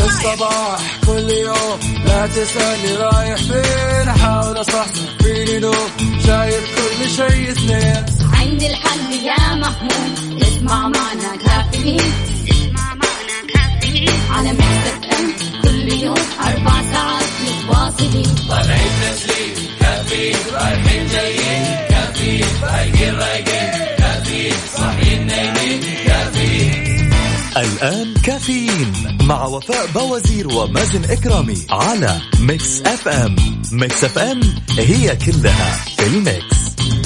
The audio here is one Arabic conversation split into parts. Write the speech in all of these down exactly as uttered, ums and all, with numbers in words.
الصباح كل يوم لا تسألني رايح فين أحاول أصحصح فيني لو شايف كل شيء اثنين عندي الحل يا محمود اسمع معنا كافيين اسمع معنا كافيين على ميكس اف ام كل يوم أربع ساعات متواصلين طالعين تسليم كافيين رايحين جايين كافيين رايقين رايقين كافيين صاحيين نايمين كافيين. الآن كافيين مع وفاء بوازير ومازن إكرامي على ميكس اف ام. ميكس اف ام هي كلها في الميكس.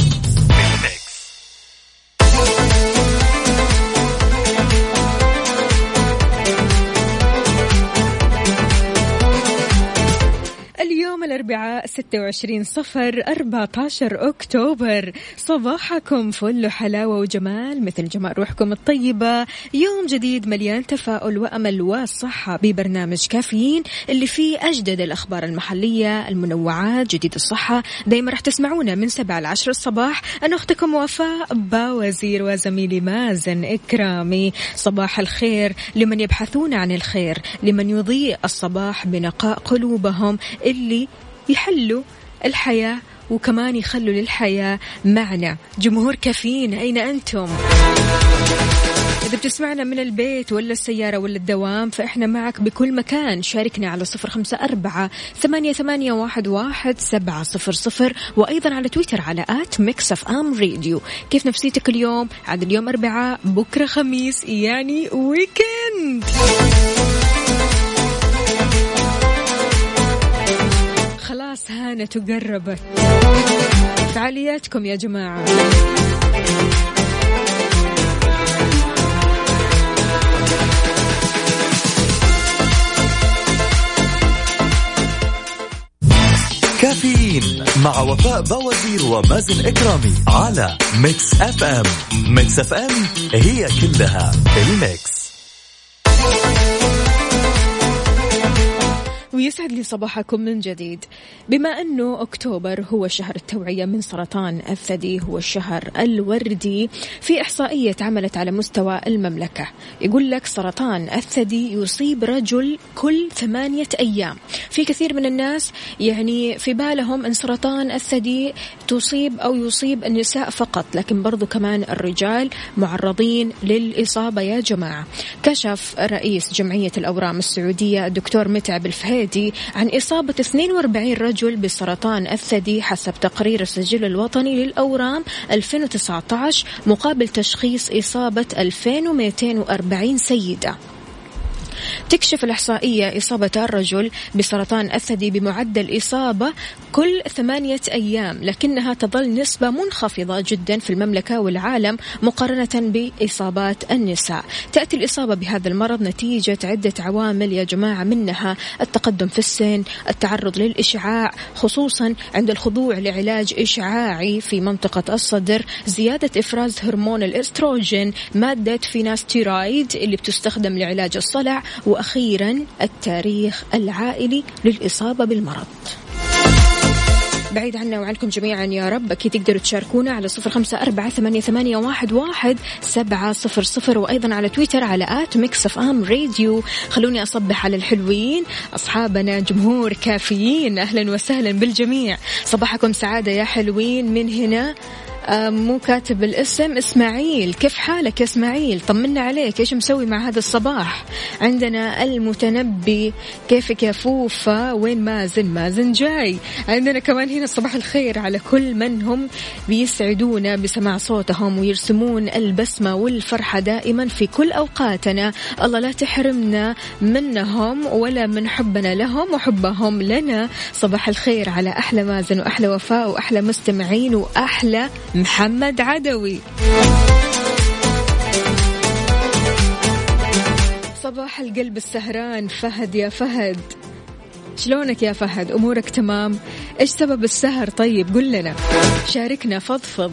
اليوم الأربعاء ستة وعشرين صفر أربعة عشر أكتوبر، صباحكم فل حلاوة وجمال مثل جمال روحكم الطيبة. يوم جديد مليان تفاؤل وأمل وصحة ببرنامج كافيين اللي فيه أجدد الأخبار المحلية، المنوعات، جديد الصحة. دايما رح تسمعونا من سبعة لعشر الصباح. أنا أختكم وفاء باوزير وزميلي مازن إكرامي. صباح الخير لمن يبحثون عن الخير، لمن يضيء الصباح بنقاء قلوبهم، اللي يحلوا الحياة وكمان يخلوا للحياة معنى. جمهور كافيين أين أنتم؟ إذا بتسمعنا من البيت ولا السيارة ولا الدوام فإحنا معك بكل مكان. شاركنا على صفر خمسة أربعة ثمانية ثمانية واحد واحد سبعة صفر صفر، وأيضا على تويتر على آت ميكس أف أم راديو. كيف نفسيتك اليوم؟ عاد اليوم أربعاء، بكرة خميس، يعني ويكند. خلاص هانت وقربت فعالياتكم يا جماعة. كافيين مع وفاء بوازير ومازن إكرامي على ميكس اف ام. ميكس اف ام هي كلها الميكس. ويسعد لي صباحكم من جديد. بما أنه أكتوبر هو شهر التوعية من سرطان الثدي، هو الشهر الوردي، في إحصائية اتعملت على مستوى المملكة يقول لك سرطان الثدي يصيب رجل كل ثمانية أيام. في كثير من الناس يعني في بالهم أن سرطان الثدي تصيب أو يصيب النساء فقط، لكن برضو كمان الرجال معرضين للإصابة يا جماعة. كشف رئيس جمعية الأورام السعودية الدكتور متعب الفهيدي عن إصابة اثنين وأربعين رجل بسرطان الثدي حسب تقرير السجل الوطني للأورام ألفين وتسعة عشر، مقابل تشخيص إصابة ألفين ومئتين وأربعين سيدة. تكشف الإحصائية إصابة الرجل بسرطان الثدي بمعدل إصابة كل ثمانية أيام، لكنها تظل نسبة منخفضة جدا في المملكة والعالم مقارنة بإصابات النساء. تأتي الإصابة بهذا المرض نتيجة عدة عوامل يا جماعة، منها التقدم في السن، التعرض للإشعاع خصوصا عند الخضوع لعلاج إشعاعي في منطقة الصدر، زيادة إفراز هرمون الإستروجين، مادة فيناستيرايد اللي بتستخدم لعلاج الصلع، وأخيرا التاريخ العائلي للإصابة بالمرض. بعيد عنا وعنكم جميعا يا رب. أكيد تقدروا تشاركونا على صفر خمسة أربعة ثمانية ثمانية واحد واحد سبعة صفر صفر، وأيضا على تويتر على آت ميكس أف أم راديو. خلوني أصبح على الحلوين أصحابنا جمهور كافيين، أهلا وسهلا بالجميع. صباحكم سعادة يا حلوين. من هنا مو كاتب الاسم، إسماعيل. كيف حالك يا إسماعيل؟ طمنا عليك، إيش مسوي مع هذا الصباح؟ عندنا المتنبي، كيفك يا فوفا؟ وين مازن؟ مازن جاي. عندنا كمان هنا صباح الخير على كل من هم بيسعدونا بسماع صوتهم ويرسمون البسمة والفرحة دائما في كل أوقاتنا. الله لا تحرمنا منهم ولا من حبنا لهم وحبهم لنا. صباح الخير على أحلى مازن وأحلى وفاء وأحلى مستمعين وأحلى محمد عدوي. صباح القلب السهران فهد. يا فهد شلونك يا فهد؟ أمورك تمام؟ إيش سبب السهر؟ طيب قل لنا، شاركنا، فضفض.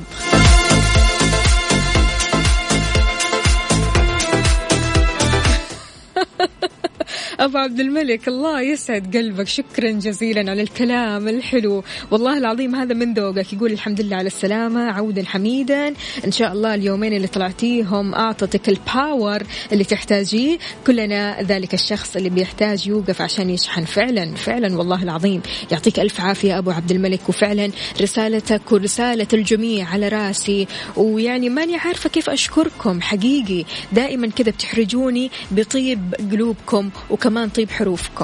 أبو عبد الملك الله يسعد قلبك، شكرا جزيلا على الكلام الحلو، والله العظيم هذا من ذوقك. يقول الحمد لله على السلامة، عودا حميدا، إن شاء الله اليومين اللي طلعتيهم أعطتك الباور اللي تحتاجيه. كلنا ذلك الشخص اللي بيحتاج يوقف عشان يشحن. فعلا فعلا والله العظيم، يعطيك ألف عافية أبو عبد الملك، وفعلا رسالتك ورسالة الجميع على راسي، ويعني ماني عارفة كيف أشكركم حقيقي، دائما كذا بتحرجوني بطيب قلوبكم وكمان طيب حروفكم.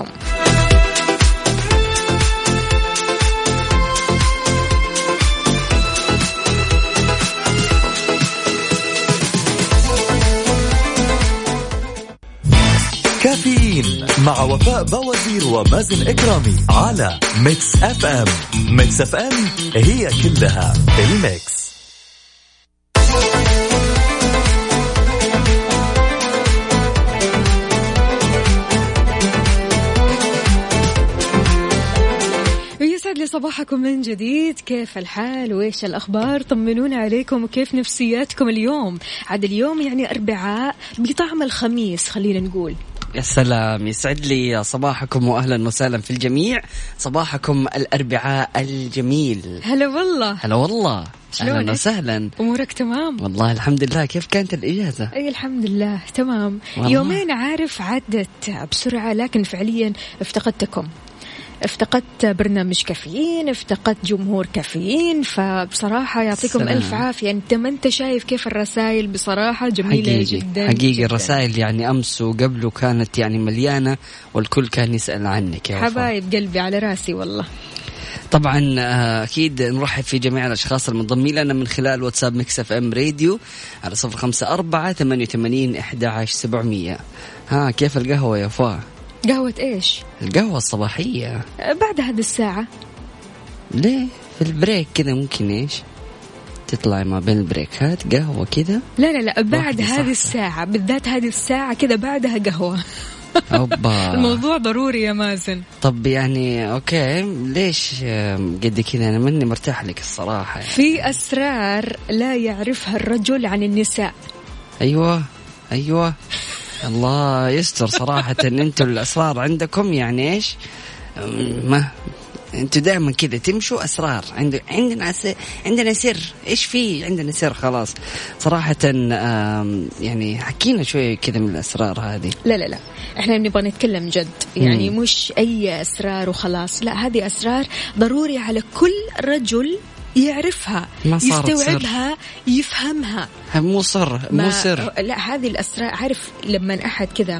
كافيين مع وفاء بوازير ومازن إكرامي على ميكس اف ام. ميكس اف ام هي كلها الميكس. يسعد لي صباحكم من جديد، كيف الحال وإيش الأخبار؟ طمنونا عليكم وكيف نفسياتكم اليوم. عاد اليوم يعني أربعاء بطعم الخميس خلينا نقول. يا سلام، يسعد لي صباحكم وأهلا وسهلا في الجميع. صباحكم الأربعاء الجميل. هلا والله. هلا والله، أهلا وسهلا. أمورك تمام؟ والله الحمد لله. كيف كانت الإجازة؟ أي الحمد لله تمام. والله. يومين عارف عدت بسرعة، لكن فعليا افتقدتكم، افتقدت برنامج كافيين، افتقدت جمهور كافيين، فبصراحة يعطيكم سلام. ألف عافية. انت ما انت شايف كيف الرسائل بصراحة جميلة حقيقي. جدا حقيقي جداً. الرسائل يعني أمس وقبله كانت يعني مليانة، والكل كان يسأل عنك يا حبايب قلبي على راسي والله. طبعا أكيد نرحب في جميع الأشخاص المنضمين لنا من خلال واتساب ميكس اف ام راديو على صفر خمسة أربعة ثمانية وثمانين أحد عشر سبعمية. ها كيف القهوة يا وفاء؟ قهوة إيش؟ القهوة الصباحية بعد هذه الساعة. ليه؟ في البريك كذا ممكن إيش تطلع ما بين البريكات قهوة كذا. لا لا لا بعد هذه الساعة بالذات، هذه الساعة كذا بعدها قهوة. الموضوع ضروري يا مازن. طب يعني أوكي، ليش قد كذا؟ أنا مني مرتاح لك الصراحة. في أسرار لا يعرفها الرجل عن النساء. أيوة أيوة الله يستر صراحة. أنتوا الأسرار عندكم يعني إيش؟ ما أنتوا دائما كذا تمشوا أسرار. عند عندنا س... عندنا سر. إيش في؟ عندنا سر خلاص صراحة. يعني حكينا شوية كذا من الأسرار هذه. لا لا لا إحنا نبغى نتكلم جد يعني، مم. مش أي أسرار وخلاص، لا هذه أسرار ضروري على كل رجل يعرفها، يستوعبها سر. يفهمها. مو سر مو سر. لا هذه الأسرار. عارف لما أحد كذا،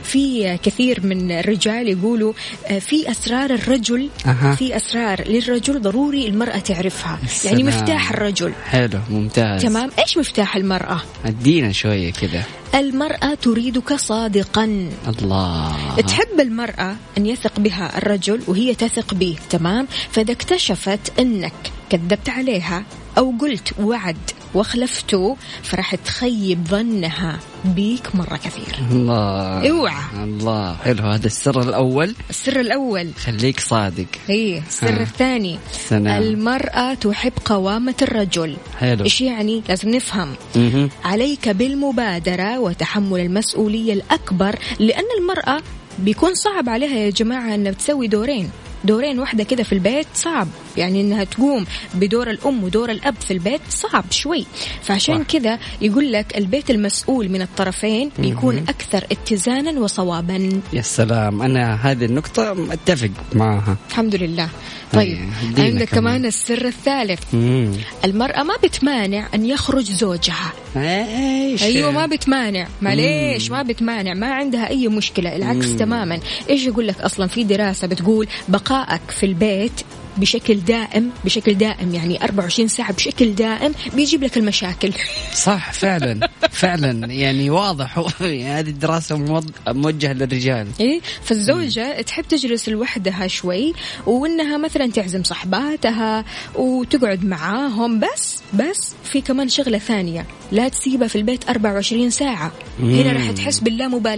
في كثير من الرجال يقولوا في أسرار الرجل، أه. في أسرار للرجل ضروري المرأة تعرفها. السلام. يعني مفتاح الرجل. حلو ممتاز. تمام. إيش مفتاح المرأة؟ ادينا شوية كذا. المرأة تريدك صادقا. الله. تحب المرأة أن يثق بها الرجل وهي تثق به. تمام. فإذا اكتشفت أنك كذبت عليها أو قلت وعد وخلفته، فرح تخيب ظنها بيك مرة كثير. الله. اوعى. الله حلو، هذا السر الأول. السر الأول خليك صادق. هي السر الثاني سلام. المرأة تحب قوامة الرجل. حلو. إيش يعني؟ لازم نفهم. م-م. عليك بالمبادرة وتحمل المسؤولية الأكبر، لأن المرأة بيكون صعب عليها يا جماعة أن تسوي دورين دورين واحدة كده في البيت، صعب يعني إنها تقوم بدور الأم ودور الأب في البيت، صعب شوي. فعشان كذا يقول لك البيت المسؤول من الطرفين بيكون أكثر اتزانا وصوابا. يا سلام، أنا هذه النقطة أتفق معها الحمد لله. طيب عندك كمان السر الثالث. مم. المرأة ما بتمانع أن يخرج زوجها. ايش؟ أيوة ما بتمانع، معليش ما بتمانع، ما عندها أي مشكلة، العكس مم. تماما. إيش يقول لك أصلا في دراسة بتقول بقائك في البيت بشكل دائم بشكل دائم يعني أربعة وعشرين ساعة بشكل دائم بيجيب لك المشاكل. صح فعلا فعلا يعني واضح. هذه الدراسة موجهة للرجال. إيه، فالزوجة تحب تجلس لوحدها شوي، وإنها مثلا تعزم صحباتها وتقعد معاهم، بس بس في كمان شغلة ثانية، لا تسيبها في البيت أربعة وعشرين ساعة. هنا راح تحس باللامبالاة.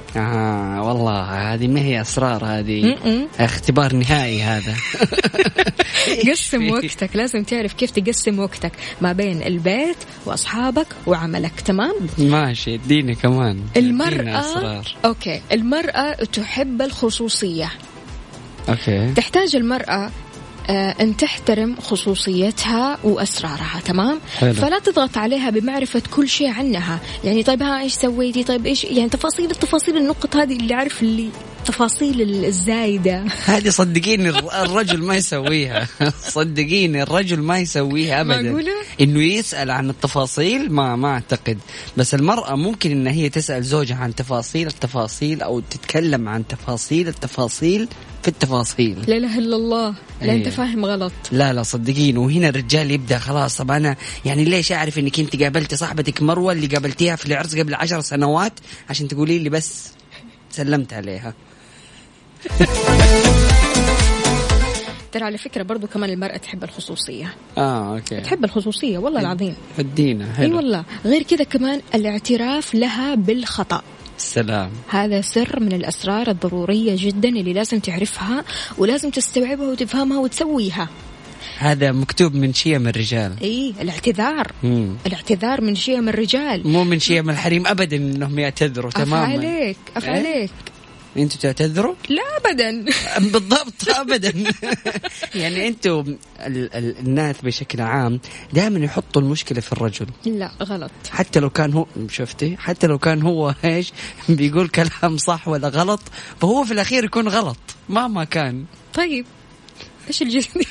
آه والله هذه ما هي أسرار، هذه اختبار نهائي هذا. قسم وقتك، لازم تعرف كيف تقسم وقتك ما بين البيت وأصحابك وعملك. تمام ماشي، اديني كمان. المرأة أوكي، المرأة تحب الخصوصية. أوكي، تحتاج المرأة أن تحترم خصوصيتها وأسرارها. تمام. حلو. فلا تضغط عليها بمعرفة كل شيء عنها، يعني طيب ها إيش سويتي، طيب إيش، يعني تفاصيل التفاصيل النقط هذه اللي عارف اللي تفاصيل الزايدة هذه صدقيني الرجل ما يسويها. صدقيني الرجل ما يسويها أبدا، إنه يسأل عن التفاصيل ما ما أعتقد. بس المرأة ممكن إن هي تسأل زوجها عن تفاصيل التفاصيل، أو تتكلم عن تفاصيل التفاصيل في التفاصيل. لا إله إلا الله. لا أنت فاهم غلط. لا لا صدقين. وهنا الرجال يبدأ خلاص، طب أنا يعني ليش أعرف إنك أنت قابلتي صاحبتك مروة اللي قابلتيها في العرس قبل عشر سنوات عشان تقولي لي بس سلمت عليها. ترى على فكرة برضو كمان المرأة تحب الخصوصية. آه أوكي، تحب الخصوصية والله العظيم. الدين أي والله. غير كذا كمان الاعتراف لها بالخطأ. السلام. هذا سر من الأسرار الضرورية جدا اللي لازم تعرفها ولازم تستوعبها وتفهمها وتسويها. هذا مكتوب من شيم الرجال. اي الاعتذار. مم. الاعتذار من شيم الرجال، مو من شيم الحريم ابدا انهم يعتذروا. تماما. افعليك افعليك انتوا تعتذروا؟ لا ابدا. بالضبط ابدا. يعني انتوا ال- ال- الناس بشكل عام دائما يحطوا المشكله في الرجل. لا غلط. حتى لو كان هو، شفتي، حتى لو كان هو ايش بيقول كلام صح ولا غلط، فهو في الاخير يكون غلط مهما كان. طيب ايش الجديد؟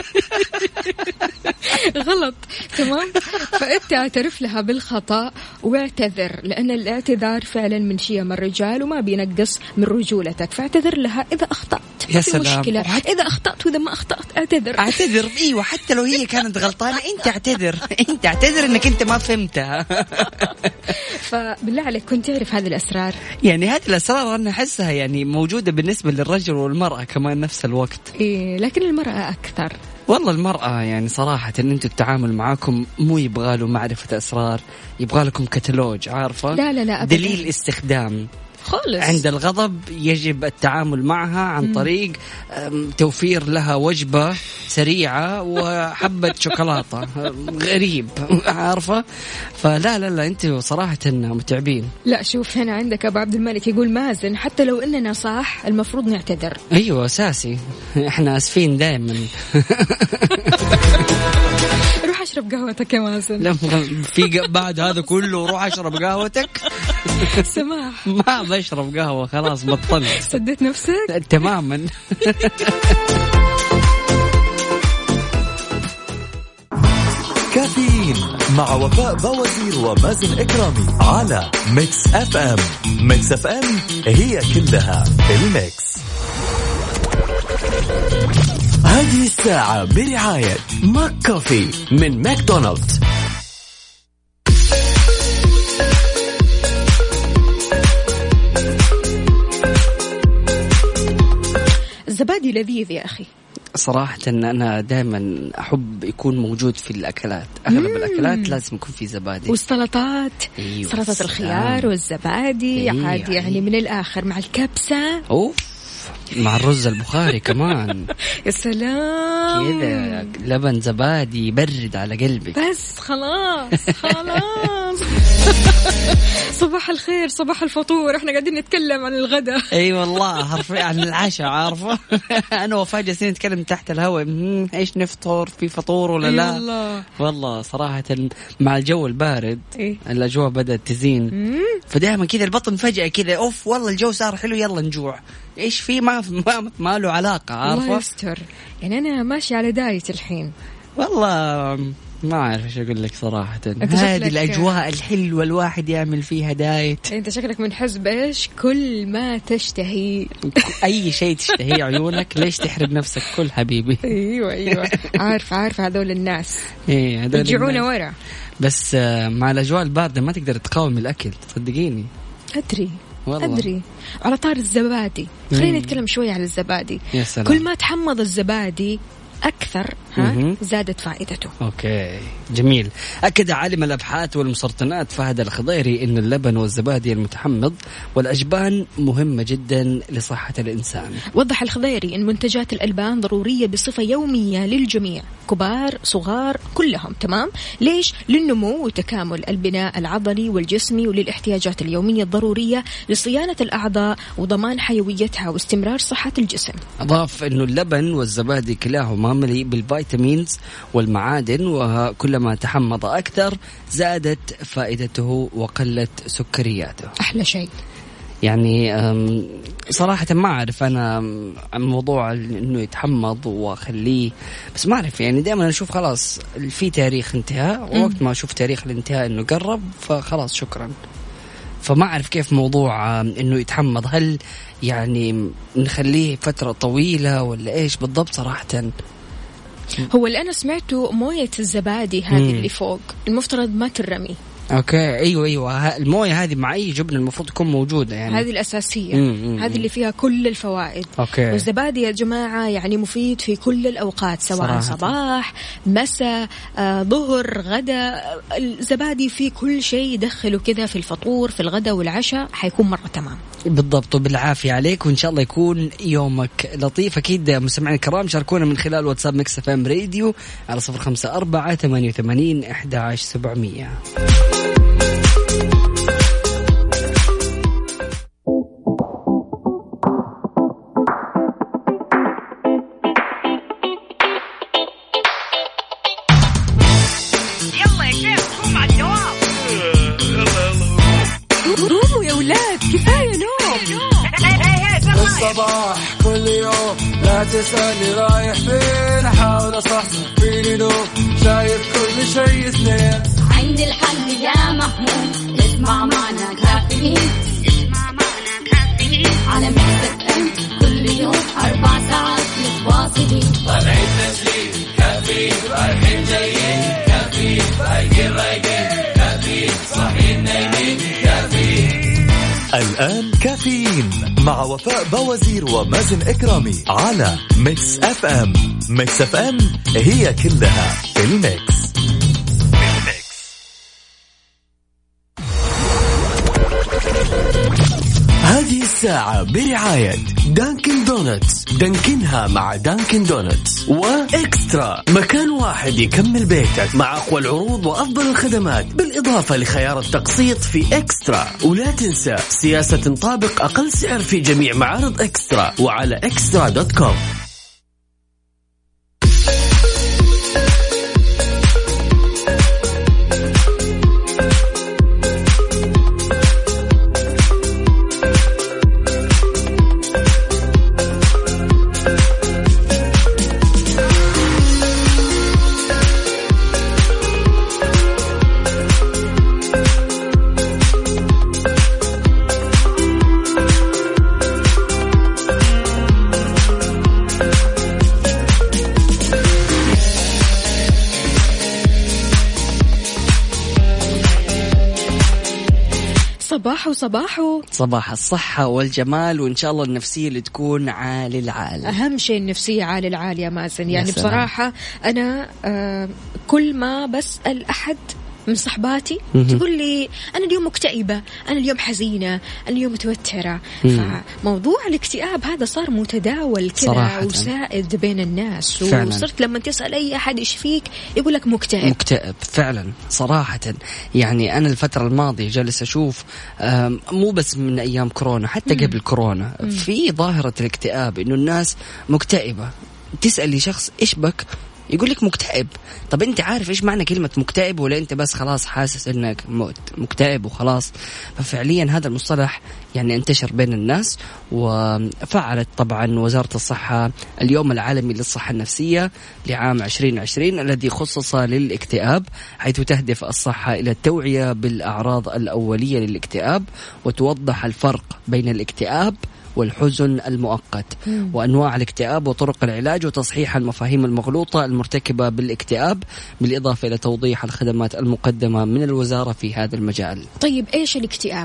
غلط. تمام. فأنت اعترف لها بالخطأ واعتذر، لأن الاعتذار فعلا من شيم الرجال وما بينقص من رجولتك. فاعتذر لها إذا أخطأت. يا سلام. مشكلة إذا أخطأت وإذا ما أخطأت اعتذر. اعتذر ايوه، حتى لو هي كانت غلطانة انت اعتذر. انت اعتذر انك انت ما فهمتها. فبالله عليك كنت تعرف هذه الأسرار؟ يعني هذه الأسرار أنا أحسها يعني موجودة بالنسبة للرجل والمرأة كمان نفس الوقت. إيه لكن المرأة أكثر. والله المرأة يعني صراحة إن أنتوا التعامل معاكم مو يبغاله معرفة أسرار، يبغى لكم كتالوج، عارفة؟ لا لا لا أبداً. دليل استخدام خالص. عند الغضب يجب التعامل معها عن طريق توفير لها وجبة سريعة وحبة شوكولاتة. غريب، عارفة؟ فلا لا لا أنتوا صراحة متعبين. لا شوف، هنا عندك أبو عبد الملك يقول مازن حتى لو إننا صح المفروض نعتذر. أيوة أساسي، إحنا أسفين دائما. روح أشرب قهوتك يا مازن. لا في بعد هذا كله روح أشرب قهوتك. سماح ما بشرب قهوة خلاص بطلت. سديت نفسك تماما. كافيين مع وفاء بوازير ومازن إكرامي على ميكس اف ام. ميكس اف ام هي كلها الميكس. هذه الساعة برعاية ماك كوفي من ماكدونالدز. الزبادي لذيذ يا أخي صراحة. أنا دائما أحب يكون موجود في الأكلات. أغلب مم. الأكلات لازم يكون في زبادي. والسلطات. أيوة. سلطة الخيار والزبادي. أيوة. عادي يعني من الآخر مع الكبسة. أوف. مع الرز البخاري كمان. يا سلام كذا لبن زبادي يبرد على قلبك. بس خلاص خلاص. صباح الخير، صباح الفطور، احنا قاعدين نتكلم عن الغداء. اي والله حرفيا عن العشاء، عارفه. انا وفاء جالسين نتكلم تحت الهواء، ايش نفطر، في فطور ولا لا؟ والله والله صراحه مع الجو البارد إيه؟ الاجواء بدات تزين، فدائما كذا البطن فجاه كذا اوف والله الجو صار حلو يلا نجوع. ايش في ما ما, ما له علاقه، عارفه. الله يستر. يعني انا ماشي على دايت الحين والله ما أعرف إيش أقول لك صراحة. هذه الأجواء الحلوة الواحد يعمل فيها دايت. أنت شكلك من حزب إيش كل ما تشتهي. أي شيء تشتهي عيونك، ليش تحرم نفسك كل حبيبي. أيوة أيوة عارف عارف هذول الناس. إيه هذول يرجعونا ورا. بس مع الأجواء الباردة ما تقدر تقاوم الأكل صدقيني. أدري والله. أدري. على طار الزبادي خلينا نتكلم شوية على الزبادي. يا سلام. كل ما تحمض الزبادي أكثر ها زادت فائدته. أوكي جميل. أكد عالم الأبحاث والمسرطنات فهد الخضيري أن اللبن والزبادي المتحمض والأجبان مهمة جدا لصحة الإنسان. وضح الخضيري أن منتجات الألبان ضرورية بصفة يومية للجميع، كبار صغار كلهم. تمام؟ ليش؟ للنمو وتكامل البناء العضلي والجسمي وللاحتياجات اليومية الضرورية لصيانة الأعضاء وضمان حيويتها واستمرار صحة الجسم. أضاف أنه اللبن والزبادي كلاهما مليء بالفيتامينز والمعادن، وكلما تحمض أكثر زادت فائدته وقلت سكرياته. أحلى شيء. يعني صراحة ما أعرف أنا عن موضوع إنه يتحمض وأخليه، بس ما أعرف يعني دائما أشوف خلاص في تاريخ انتهاء، ووقت ما أشوف تاريخ الانتهاء إنه قرب فخلاص شكرا. فما أعرف كيف موضوع إنه يتحمض، هل يعني نخليه فترة طويلة ولا إيش بالضبط صراحة؟ هو اللي أنا سمعته موية الزبادي هذه اللي فوق المفترض ما ترمي. اوكي ايوه ايوه المويه هذه مع اي جبنه المفروض تكون موجوده، يعني هذه الاساسيه، مم. هذه اللي فيها كل الفوائد. أوكي. والزبادي يا جماعه يعني مفيد في كل الاوقات، سواء صراحة. صباح مساء آه، ظهر غداء، الزبادي فيه كل شيء، يدخله كذا في الفطور في الغداء والعشاء حيكون مره تمام بالضبط. وبالعافيه عليك، وان شاء الله يكون يومك لطيف. اكيد مستمعين الكرام شاركونا من خلال واتساب ميكس اف ام راديو على صفر خمسة أربعة ثمانية وثمانين أحد عشر سبعمية. الصباح كل يوم لا تسألني رايح فين، أحاول أصحصح فيني لو شايف كل شيء سنين. عندي الحل يا محمود، اسمع معنا كافيين، اسمع معنا كافيين على ميكس اف ام كل يوم أربع ساعات متواصلين. طالعين تسليم كافيين، رايحين جايين كافيين، رايقين رايقين كافيين، صاحيين نايمين كافيين. الآن كافيين مع وفاء بوازير ومازن إكرامي على ميكس اف ام. ميكس اف ام هي كلها في الميكس. هذه الساعة برعاية دانكن دونتس، دانكنها مع دانكن دونتس، وإكسترا مكان واحد يكمل بيتك مع أقوى العروض وأفضل الخدمات، بالإضافة لخيار التقسيط في إكسترا. ولا تنسى سياسة تنطبق أقل سعر في جميع معارض إكسترا وعلى إكسترا دوت كوم. صباحو صباحو صباح الصحة والجمال، وإن شاء الله النفسية اللي تكون عالي العال. أهم شيء النفسية عالي العال يا مازن. يعني بصراحة أنا آه كل ما بسأل أحد من صحباتي تقول لي أنا اليوم مكتئبة، أنا اليوم حزينة، أنا اليوم متوترة. فموضوع الاكتئاب هذا صار متداول كذا وسائد بين الناس فعلا. وصرت لما تسأل أي أحد إيش فيك يقول لك مكتئب. مكتئب فعلا صراحة. يعني أنا الفترة الماضية جالس أشوف مو بس من أيام كورونا، حتى مم. قبل كورونا مم. في ظاهرة الاكتئاب، إنه الناس مكتئبة. تسأل لي شخص إيش بك يقول لك مكتئب. طب انت عارف ايش معنى كلمة مكتئب، ولا انت بس خلاص حاسس انك مكتئب وخلاص؟ ففعليا هذا المصطلح يعني انتشر بين الناس، وفعلت طبعا وزارة الصحة اليوم العالمي للصحة النفسية لعام عشرين عشرين الذي خصص للاكتئاب، حيث تهدف الصحة إلى التوعية بالأعراض الأولية للاكتئاب، وتوضح الفرق بين الاكتئاب والحزن المؤقت مم. وأنواع الاكتئاب وطرق العلاج، وتصحيح المفاهيم المغلوطة المرتكبة بالاكتئاب، بالإضافة إلى توضيح الخدمات المقدمة من الوزارة في هذا المجال. طيب إيش الاكتئاب؟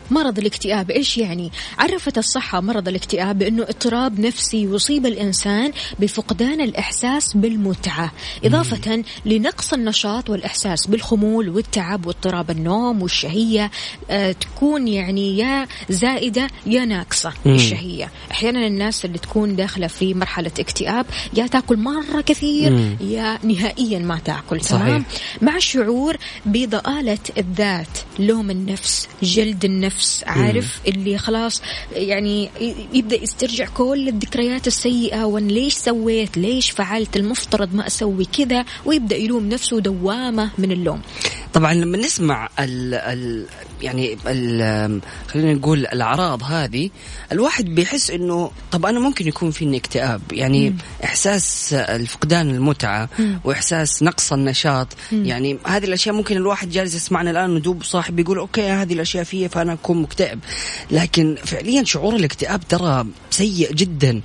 مرض الاكتئاب إيش يعني؟ عرفت الصحة مرض الاكتئاب بأنه اضطراب نفسي يصيب الإنسان بفقدان الإحساس بالمتعة، إضافة مم. لنقص النشاط والإحساس بالخمول والتعب واضطراب النوم والشهية آه تكون يعني يا زائدة يا ناقصة مم. الشهية. أحيانا الناس اللي تكون داخلة في مرحلة اكتئاب يا تأكل مرة كثير مم. يا نهائيا ما تأكل. تمام. مع الشعور بضآلة الذات، لوم النفس، جلد النفس، عارف مم. اللي خلاص يعني يبدأ يسترجع كل الذكريات السيئة، وان ليش سويت، ليش فعلت، المفترض ما أسوي كذا، ويبدأ يلوم نفسه دوامة من اللوم. طبعا لما نسمع ال ال يعني ال خلينا نقول الأعراض هذه، الواحد بيحس إنه طب أنا ممكن يكون فيني اكتئاب، يعني مم. إحساس الفقدان المتعة مم. وإحساس نقص النشاط مم. يعني هذه الأشياء ممكن الواحد جالس يسمعنا الآن ندوب صاحب يقول أوكي هذه الأشياء فيها فأنا أكون مكتئب، لكن فعليا شعور الاكتئاب ترى سيء جدا،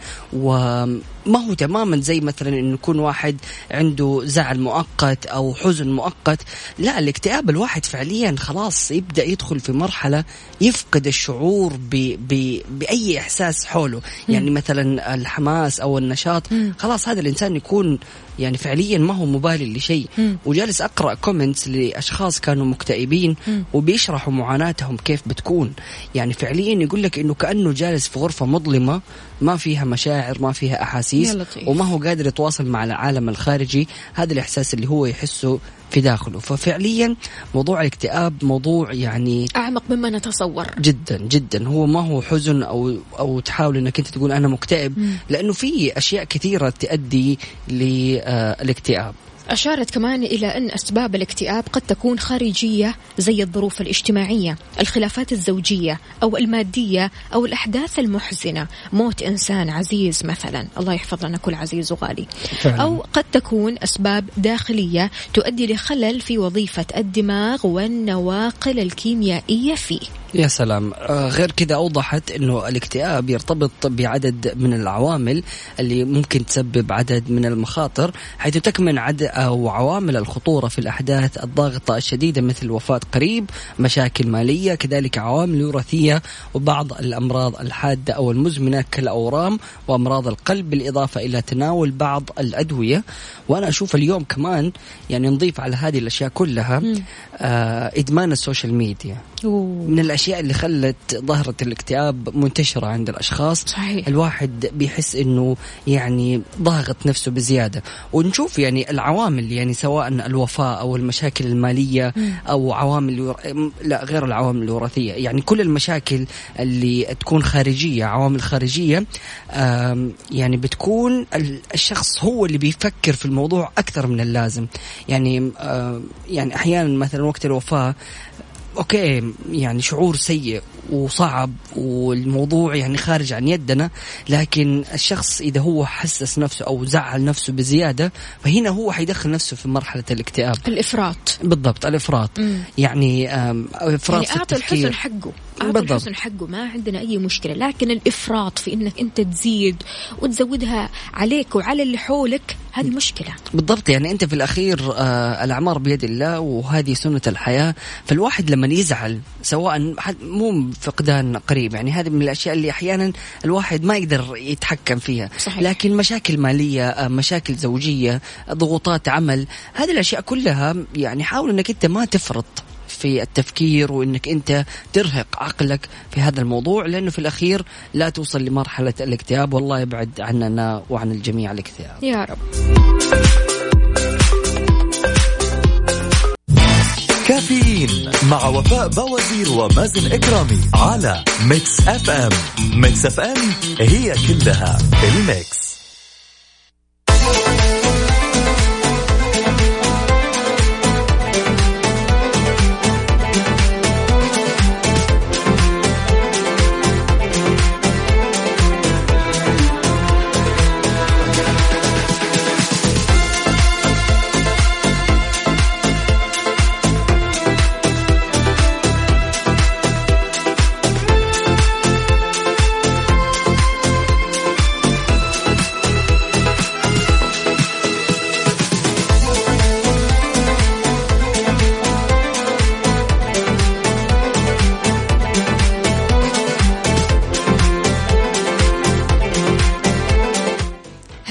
وما هو تماما زي مثلا إنه يكون واحد عنده زعل مؤقت أو حزن مؤقت. لا، الاكتئاب الواحد فعليا خلاص يبدأ يدخل في مرحلة يفقد الشعور ب ب بأي إحساس حوله، يعني مثلا الحماس أو النشاط، خلاص هذا الإنسان يكون يعني فعليا ما هو مبالي لشيء. وجالس أقرأ كومنتس لأشخاص كانوا مكتئبين وبيشرحوا معاناتهم كيف بتكون، يعني فعليا يقول لك إنه كأنه جالس في غرفة مظلمة ما فيها مشاعر ما فيها أحاسيس وما هو قادر يتواصل مع العالم الخارجي، هذا الإحساس اللي هو يحسه في داخله. ففعليا موضوع الاكتئاب موضوع يعني أعمق مما نتصور جدا جدا. هو ما هو حزن أو أو تحاول إنك أنت تقول أنا مكتئب، مم. لأنه في أشياء كثيرة تؤدي للاكتئاب. أشارت كمان إلى أن أسباب الاكتئاب قد تكون خارجية زي الظروف الاجتماعية، الخلافات الزوجية أو المادية أو الأحداث المحزنة، موت إنسان عزيز مثلا، الله يحفظ لنا كل عزيز وغالي فعلا. أو قد تكون أسباب داخلية تؤدي لخلل في وظيفة الدماغ والنواقل الكيميائية فيه. يا سلام. غير كذا أوضحت أنه الاكتئاب يرتبط بعدد من العوامل اللي ممكن تسبب عدد من المخاطر، حيث تكمن عدد أو عوامل الخطورة في الأحداث الضاغطة الشديدة مثل وفاة قريب، مشاكل مالية، كذلك عوامل وراثية وبعض الأمراض الحادة أو المزمنة كالأورام وأمراض القلب، بالإضافة إلى تناول بعض الأدوية. وأنا أشوف اليوم كمان يعني نضيف على هذه الأشياء كلها آه إدمان السوشيال ميديا. أوه. من الأشياء اللي خلت ظاهرة الاكتئاب منتشرة عند الأشخاص. صحيح. الواحد بيحس إنه يعني ضاغط نفسه بزيادة، ونشوف يعني العوامل يعني سواء الوفاة أو المشاكل المالية م. أو عوامل ور... لا غير العوامل الوراثية، يعني كل المشاكل اللي تكون خارجية، عوامل خارجية يعني بتكون الشخص هو اللي بيفكر في الموضوع أكثر من اللازم. يعني يعني أحيانا مثلا وقت الوفاة أوكي يعني شعور سيء وصعب والموضوع يعني خارج عن يدنا، لكن الشخص إذا هو حسس نفسه أو زعل نفسه بزيادة فهنا هو حيدخل نفسه في مرحلة الاكتئاب. الإفراط. بالضبط، الإفراط. مم. يعني إفراط يعني أعطي الحزن حقه، أعطي الحزن حقه، ما عندنا أي مشكلة، لكن الإفراط في إنك أنت تزيد وتزودها عليك وعلى اللي حولك هذه مشكلة. بالضبط. يعني أنت في الأخير آه الأعمار بيد الله وهذه سنة الحياة، فالواحد لما يزعل سواء مو فقدان قريب، يعني هذه من الأشياء اللي أحيانا الواحد ما يقدر يتحكم فيها. صحيح. لكن مشاكل مالية، آه مشاكل زوجية، ضغوطات عمل، هذه الأشياء كلها يعني حاول أنك أنت ما تفرط في التفكير وإنك أنت ترهق عقلك في هذا الموضوع، لأنه في الأخير لا توصل لمرحلة الاكتئاب، والله يبعد عننا وعن الجميع الاكتئاب يا رب. كافيين مع وفاء بوازير ومازن إكرامي على ميكس اف ام. ميكس اف ام هي كلها الميكس.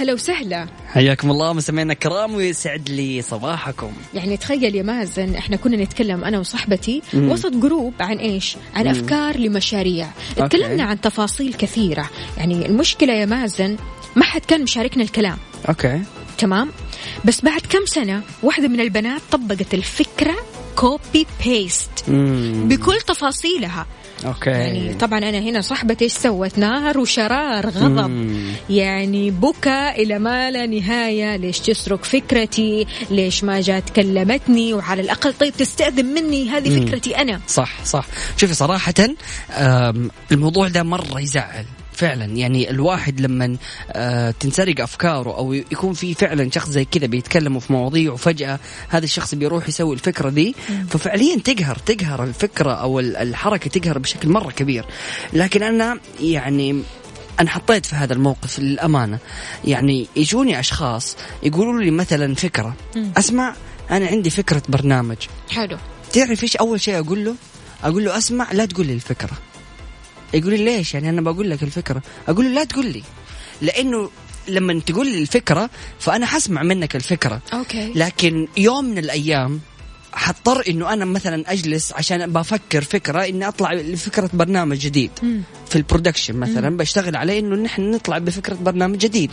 هلا وسهلا. حياكم الله مستمعينا الكرام ويسعد لي صباحكم. يعني تخيل يا مازن احنا كنا نتكلم انا وصحبتي مم. وسط جروب عن ايش؟ عن مم. افكار لمشاريع. تكلمنا عن تفاصيل كثيرة. يعني المشكلة يا مازن ما حد كان مشاركنا الكلام. اوكي تمام. بس بعد كم سنة واحدة من البنات طبقت الفكرة كوبي بيست بكل تفاصيلها. أوكي. يعني طبعا أنا هنا صاحبتي إيش سوت؟ نار وشرار غضب. مم. يعني بكى إلى ما لا نهاية. ليش تسرق فكرتي؟ ليش ما جات كلمتني؟ وعلى الأقل طيب تستأذن مني، هذه مم. فكرتي أنا. صح صح. شوفي صراحة الموضوع ده مرة يزعل فعلا. يعني الواحد لما آه تنسرق أفكاره أو يكون في فعلا شخص زي كذا بيتكلموا في مواضيع وفجأة هذا الشخص بيروح يسوي الفكرة دي، ففعليا تقهر تقهر الفكرة أو الحركة تقهر بشكل مرة كبير. لكن أنا يعني أنا حطيت في هذا الموقف للأمانة. يعني يجوني أشخاص يقولوا لي مثلا فكرة، أسمع أنا عندي فكرة برنامج حلو، تعرف إيش أول شيء أقول له؟ أقول له أسمع لا تقول لي الفكرة. يقول لي ليش؟ يعني أنا بقول لك الفكرة. أقول له لا تقول لي، لأنه لما تقول لي الفكرة فأنا حسمع منك الفكرة. أوكي. لكن يوم من الأيام حضطر إنه أنا مثلا أجلس عشان بفكر فكرة إني أطلع لفكرة برنامج جديد م. في البرودكشن مثلا م. بشتغل عليه إنه نحن نطلع بفكرة برنامج جديد.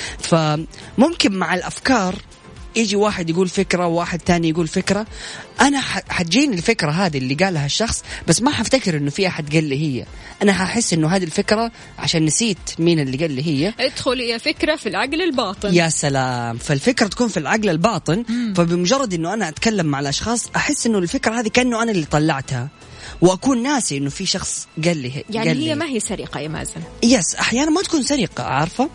فممكن مع الأفكار يجي واحد يقول فكرة وواحد تاني يقول فكرة، أنا حتجيني الفكرة هذه اللي قالها الشخص بس ما حفتكر إنه في أحد قال لي هي. أنا ححس إنه هذه الفكرة عشان نسيت مين اللي قال لي هي. ادخل يا فكرة في العقل الباطن. يا سلام. فالفكرة تكون في العقل الباطن. مم. فبمجرد إنه أنا أتكلم مع الأشخاص أحس إنه الفكرة هذه كأنه أنا اللي طلعتها وأكون ناسي إنه في شخص قال لي. يعني قال هي لي. ما هي سرقة يا مازن؟ يس أحيانا ما تكون سرقة، عارفة.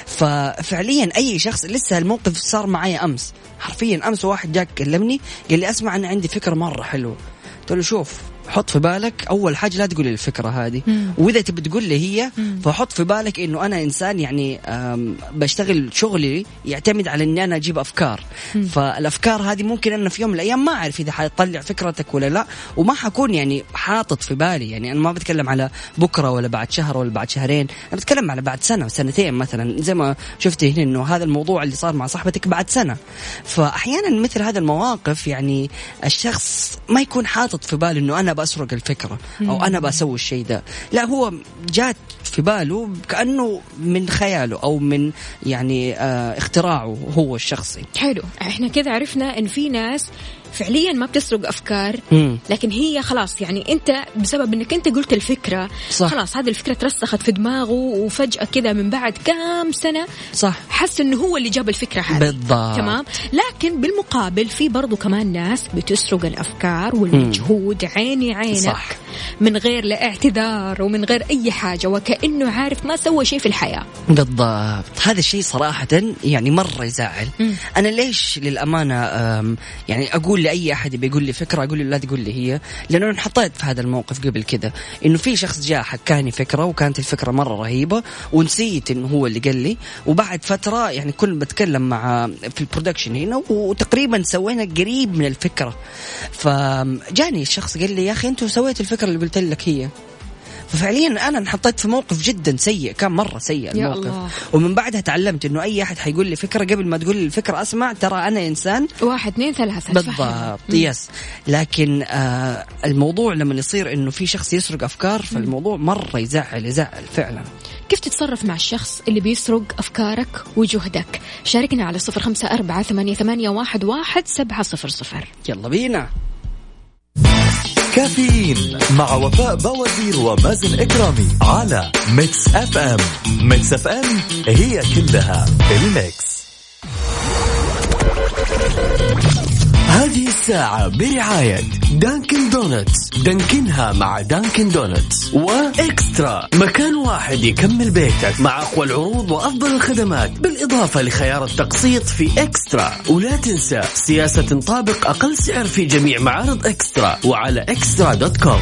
ففعليا أي شخص لسه الموقف صار معي أمس حرفيا أمس واحد جاك كلمني قال لي أسمع أنا عندي فكرة مرة حلوة. قلت له شوف حط في بالك أول حاجة لا تقول لي الفكرة هذه، وإذا تبي تقول لي هي مم. فحط في بالك إنه أنا إنسان يعني بشتغل شغلي يعتمد على إني أنا أجيب أفكار. مم. فالأفكار هذه ممكن أنا في يوم من الأيام ما أعرف إذا حطلع فكرتك ولا لا، وما حكون يعني حاطط في بالي. يعني أنا ما بتكلم على بكرة ولا بعد شهر ولا بعد شهرين، أنا بتكلم على بعد سنة وسنتين مثلا، زي ما شفتي هنا إنه هذا الموضوع اللي صار مع صاحبتك بعد سنة. فأحيانا مثل هذا المواقف يعني الشخص ما يكون حاطط في باله إنه أنا بسرق الفكرة أو أنا بسوي الشيء ده، لا هو جات في باله كأنه من خياله أو من يعني آه اختراعه هو الشخصي. حلو. احنا كذا عرفنا إن في ناس فعليا ما بتسرق أفكار مم. لكن هي خلاص يعني أنت بسبب أنك أنت قلت الفكرة صح. خلاص هذه الفكرة ترسخت في دماغه وفجأة كذا من بعد كام سنة صح حس أنه هو اللي جاب الفكرة هذه. بالضبط. تمام. لكن بالمقابل في برضو كمان ناس بتسرق الأفكار والمجهود مم. عيني عينك صح. من غير لا اعتذار ومن غير أي حاجة وكأنه عارف ما سوى شيء في الحياة. بالضبط. هذا الشيء صراحة يعني مرة يزعل. مم. أنا ليش للأمانة يعني أقول لأي أحد بيقول لي فكرة أقول له لا تقول لي هي، لأنه أنا حطيت في هذا الموقف قبل كده إنه في شخص جاء حكاني فكرة وكانت الفكرة مرة رهيبة ونسيت إنه هو اللي قال لي، وبعد فترة يعني كل بتكلم مع في البرودكشن هنا وتقريبا سوينا قريب من الفكرة، فجاني الشخص قال لي يا أخي أنتوا سويت الفكرة اللي قلت لك هي. ففعليا أنا انحطيت في موقف جدا سيء، كان مرة سيء الموقف. ومن بعدها تعلمت إنه أي أحد حيقول لي فكرة قبل ما تقول لي الفكرة أسمع ترى أنا إنسان واحد اثنين ثلاثة. بالضبط. يس. لكن آه الموضوع لما يصير إنه في شخص يسرق أفكار فالموضوع مرة يزعل يزعل فعلا. كيف تتصرف مع الشخص اللي بيسرق أفكارك وجهدك؟ شاركنا على صفر خمسة أربعة ثمانية ثمانية واحد واحد سبعة صفر صفر. يلا بينا. كافيين مع وفاء بوازير ومازن إكرامي على ميكس أف أم. ميكس أف أم هي كلها الميكس. هذه الساعة برعاية دانكن دونتس. دانكنها مع دانكن دونتس. وإكسترا، مكان واحد يكمل بيتك مع أقوى العروض وأفضل الخدمات بالإضافة لخيار التقسيط في إكسترا. ولا تنسى سياسة تنطبق أقل سعر في جميع معارض إكسترا وعلى إكسترا دوت كوم.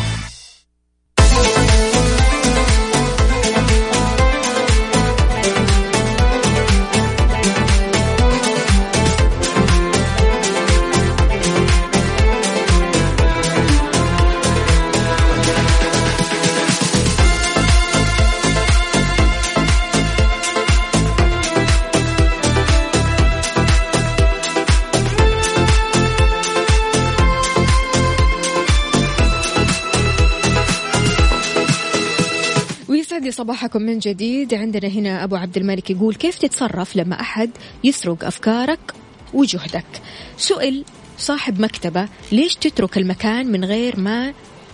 صباحكم من جديد. عندنا هنا أبو عبد الملك يقول كيف تتصرف لما أحد يسرق أفكارك وجهدك؟ سئل صاحب مكتبة ليش تترك المكان من غير ما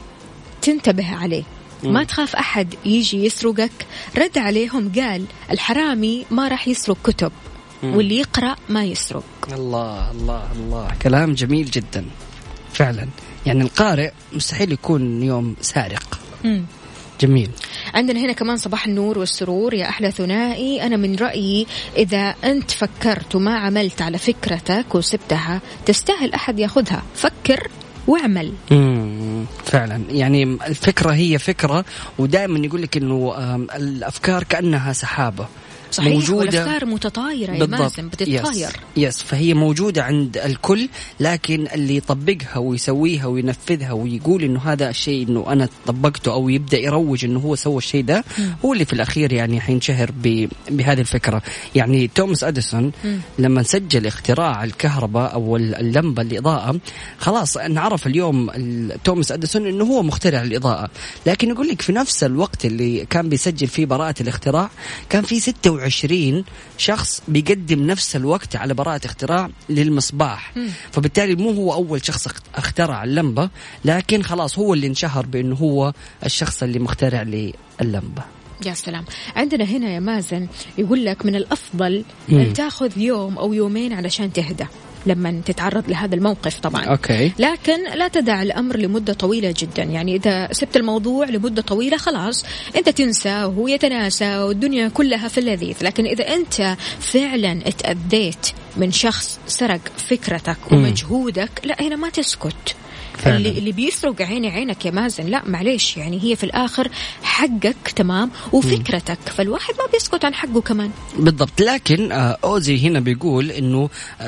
تنتبه عليه؟ ما تخاف أحد يجي يسرقك؟ رد عليهم قال الحرامي ما راح يسرق كتب واللي يقرأ ما يسرق. الله الله الله، كلام جميل جدا فعلا. يعني القارئ مستحيل يكون يوم سارق. مم. جميل. عندنا هنا كمان صباح النور والسرور يا أحلى ثنائي. أنا من رأيي إذا أنت فكرت وما عملت على فكرتك وسبتها تستاهل أحد ياخدها. فكر واعمل. امم فعلا، يعني الفكرة هي فكرة، ودائما يقول لك إنه الأفكار كأنها سحابة. صحيح، موجودة، والأفكار متطايرة يا مازن، بتتطاير. يس. يس، فهي موجودة عند الكل، لكن اللي يطبقها ويسويها وينفذها ويقول إنه هذا الشيء إنه أنا طبقته، أو يبدأ يروج إنه هو سوى الشيء ده، م. هو اللي في الأخير يعني حينشهر بهذه الفكرة. يعني توماس أديسون م. لما سجل اختراع الكهرباء أو اللمبة الإضاءة، خلاص نعرف اليوم توماس أديسون إنه هو مخترع الإضاءة، لكن يقول لك في نفس الوقت اللي كان بيسجل فيه براءة الاختراع كان في ستة وعشرين شخص بيقدم نفس الوقت على براءة اختراع للمصباح. م. فبالتالي مو هو أول شخص اخترع اللمبة، لكن خلاص هو اللي انشهر بأنه هو الشخص اللي مخترع للمبة. يا سلام. عندنا هنا يا مازن يقول لك من الأفضل م. أن تأخذ يوم أو يومين علشان تهدى لما تتعرض لهذا الموقف طبعا. أوكي. لكن لا تدع الأمر لمدة طويلة جدا. يعني إذا سبت الموضوع لمدة طويلة خلاص أنت تنسى وهو يتناسى والدنيا كلها في اللذيذ. لكن إذا أنت فعلا اتأذيت من شخص سرق فكرتك ومجهودك، لا هنا ما تسكت. فعلا. اللي اللي بيسرق عيني عينك يا مازن، لا معليش، يعني هي في الآخر حقك تمام وفكرتك، م. فالواحد ما بيسكت عن حقه كمان. بالضبط. لكن أوزي هنا بيقول إنه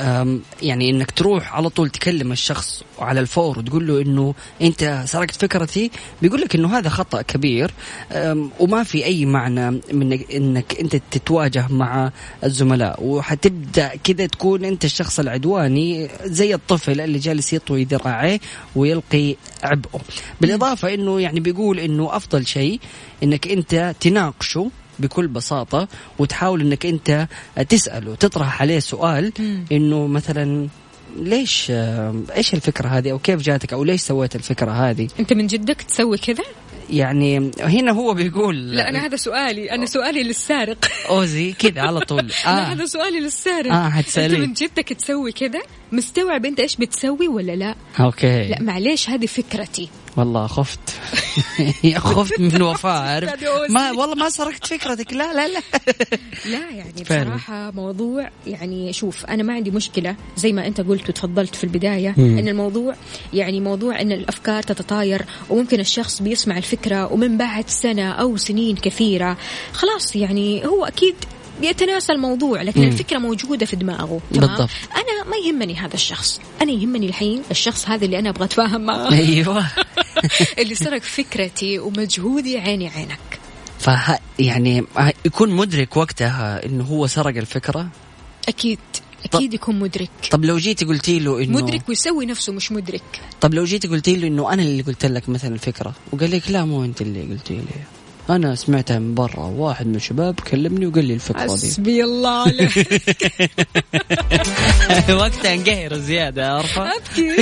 يعني إنك تروح على طول تكلم الشخص على الفور وتقول له إنه أنت سرقت فكرتي، بيقول لك إنه هذا خطأ كبير، وما في أي معنى من إنك أنت تتواجه مع الزملاء وحتبدأ كده تكون أنت الشخص العدواني زي الطفل اللي جالس يطوي ذراعيه ويلقي عبئه. بالإضافة إنه يعني بيقول إنه أفضل شيء إنك أنت تناقشه بكل بساطة وتحاول إنك أنت تسأله، تطرح عليه سؤال إنه مثلا ليش إيش الفكرة هذه، أو كيف جاتك، أو ليش سويت الفكرة هذه. أنت من جدك تسوي كذا؟ يعني هنا هو بيقول لا أنا هذا سؤالي، أنا سؤالي للسارق. أوزي كذا على طول. آه. لا هذا سؤالي للسارق. آه هتسألي. أنت من جدك تسوي كذا؟ مستوعب أنت إيش بتسوي ولا لا؟ أوكي. لا معليش هذه فكرتي. والله خفت. خفت من وفاء، عارف ما والله ما سرقت فكرتك. لا لا لا لا يعني بصراحة موضوع، يعني شوف أنا ما عندي مشكلة زي ما أنت قلت وتفضلت في البداية م. إن الموضوع يعني موضوع إن الأفكار تتطاير، وممكن الشخص بيسمع الفكرة ومن بعد سنة أو سنين كثيرة خلاص يعني هو أكيد بيتناسى الموضوع، لكن مم. الفكرة موجودة في دماغه. تمام. بالضبط. أنا ما يهمني هذا الشخص، أنا يهمني الحين الشخص هذا اللي أنا أبغى أتفاهم معه. أيوة. اللي سرق فكرتي ومجهودي عيني عينك. فه يعني يكون مدرك وقتها إنه هو سرق الفكرة. أكيد أكيد يكون مدرك. طب لو جيت قلتي له إنه مدرك ويسوي نفسه مش مدرك. طب لو جيت قلتي له إنه أنا اللي قلت لك مثلا الفكرة، وقال لك لا مو أنت اللي قلتي لي، أنا سمعتها من برا، واحد من الشباب كلمني وقال لي الفكرة دي. حسبي الله عليك. وقتها انقهر زيادة، عارفة؟ أبكي.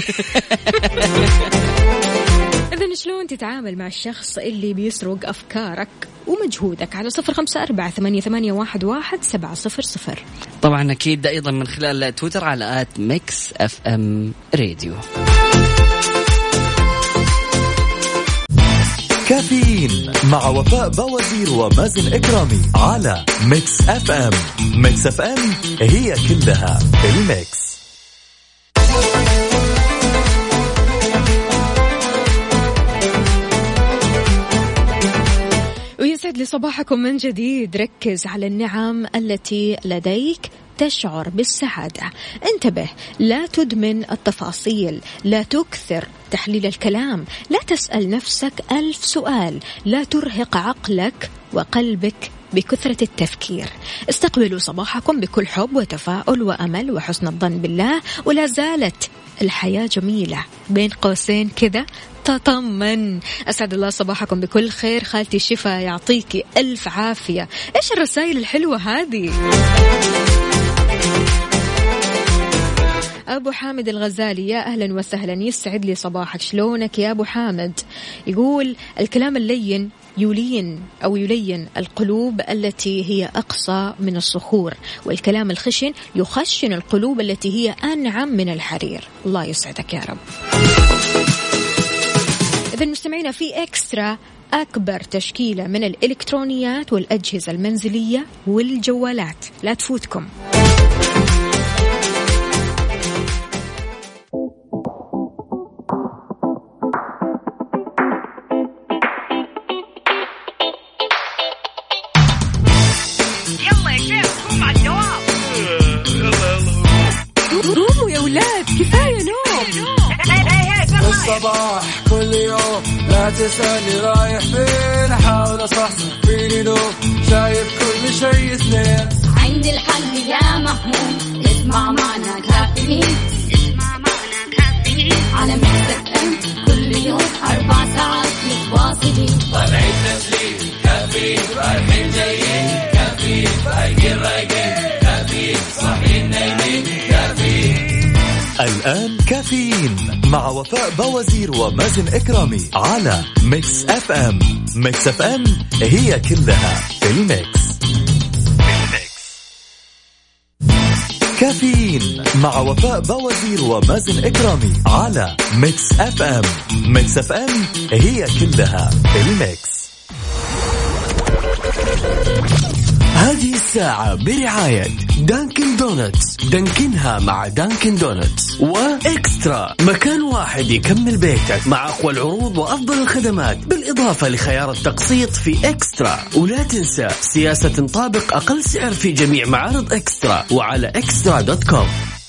إذن شلون تتعامل مع الشخص اللي بيسرق أفكارك ومجهودك؟ على صفر خمسة أربعة ثمانية ثمانية واحد واحد سبعة صفر صفر. طبعا أكيد أيضا من خلال تويتر على آت ميكس أف أم راديو. كافيين مع وفاء بوازير ومازن إكرامي على ميكس أف أم. ميكس أف أم هي كلها الميكس. ويسعد لي صباحكم من جديد. ركز على النعم التي لديك تشعر بالسعادة. انتبه، لا تدمن التفاصيل، لا تكثر تحليل الكلام، لا تسأل نفسك ألف سؤال، لا ترهق عقلك وقلبك بكثرة التفكير. استقبلوا صباحكم بكل حب وتفاؤل وأمل وحسن الظن بالله، ولا زالت الحياة جميلة بين قوسين كذا تطمن. أسعد الله صباحكم بكل خير. خالتي شفا يعطيكي ألف عافية. إيش الرسائل الحلوة هذه؟ أبو حامد الغزالي، يا أهلا وسهلا، يسعد لي صباحك، شلونك يا أبو حامد؟ يقول الكلام اللين يلين أو يلين القلوب التي هي أقسى من الصخور، والكلام الخشن يخشن القلوب التي هي أنعم من الحرير. الله يسعدك يا رب. إذا مستمعينا في إكسترا أكبر تشكيلة من الإلكترونيات والأجهزة المنزلية والجوالات، لا تفوتكم. قوموا يا ولاد، كفاية نوم. الصباح كل يوم لا تسألني رايح فين، أحاول أصحصح فيني لو شايف كل شيء سنين. عندي الحل يا محمود، اسمع معنا كافيين، اسمع معنا كافيين على ميكس اف ام كل يوم أربع ساعات متواصلين. طالعين تسليم كافيين، رايحين جايين كافيين، فايقين رايقين كافيين، صاحيين نايمين كافيين. الآن كافيين مع وفاء بوازير ومازن إكرامي على ميكس اف ام. ميكس اف ام هي كلها في الميكس. كافيين مع وفاء بوازير ومازن إكرامي على ميكس اف ام. ميكس اف ام هي كلها في الميكس. هذه الساعة برعاية دانكن دونتس، دانكنها مع دانكن دونتس، وإكسترا، مكان واحد يكمل بيتك مع أقوى العروض وأفضل الخدمات، بالإضافة لخيار التقسيط في إكسترا. ولا تنسى سياسة تنطبق أقل سعر في جميع معارض إكسترا وعلى إكسترا دوت كوم.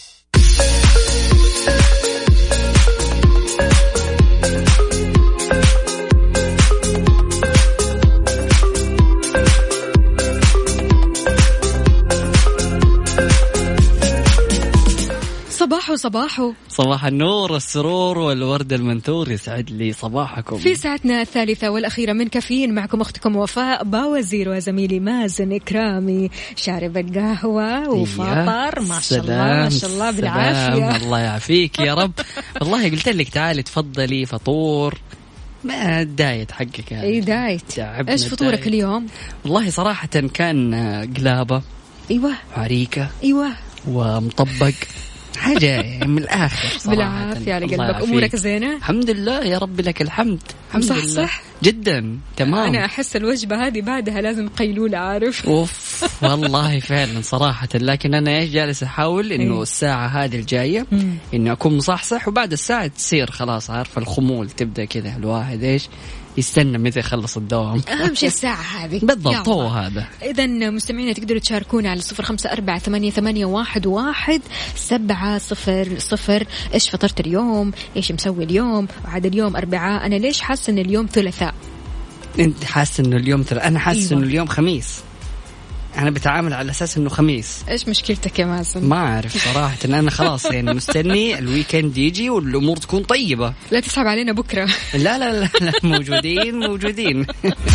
صباحو صباحو صباح النور والسرور والورد المنثور، يسعد لي صباحكم في ساعتنا الثالثة والأخيرة من كافيين. معكم أختكم وفاء باوزير وزميلي مازن إكرامي، شارب القهوة وفاطر ما شاء الله ما شاء الله بالعافية. الله يعافيك يا رب. والله قلت لك تعالي تفضلي فطور، ما دايت حقك يعني. اي دايت. ايش فطورك دايت. اليوم؟ والله صراحة كان قلابة، ايوه، عريكة، ايوه، ومطبق، حاجة من الآخر صراحة. بالعافية على قلبك. أمورك زينة؟ الحمد لله يا رب لك الحمد. الحمد صح لله. صح جدا تمام. أنا أحس الوجبة هذه بعدها لازم قيلولة، عارف. أوف والله فعلا صراحة. لكن أنا إيش جالس أحاول إنه الساعة هذه الجاية إنه أكون مصحصح، وبعد الساعة تصير خلاص عارفة الخمول تبدأ كذا الواحد إيش يستنى متى يخلص الدوام. أهم شيء الساعة هذه بالضبط، هو هذا. إذن مستمعينا تقدروا تشاركونا على صفر خمسة أربعة ثمانية ثمانية واحد واحد سبعة صفر صفر. إيش فطرت اليوم؟ إيش مسوي اليوم؟ وعاد اليوم أربعاء، أنا ليش حاسة إن اليوم ثلاثاء؟ أنت حاسة إنه اليوم ثلاثاء؟ أنا حاسة أيوة. إنه اليوم خميس. أنا بتعامل على أساس إنه خميس. إيش مشكلتك يا مازن؟ ما أعرف صراحة. إن أنا خلاص يعني مستني الويكند يجي والأمور تكون طيبة. لا تسحب علينا بكرة. لا لا لا, لا موجودين موجودين.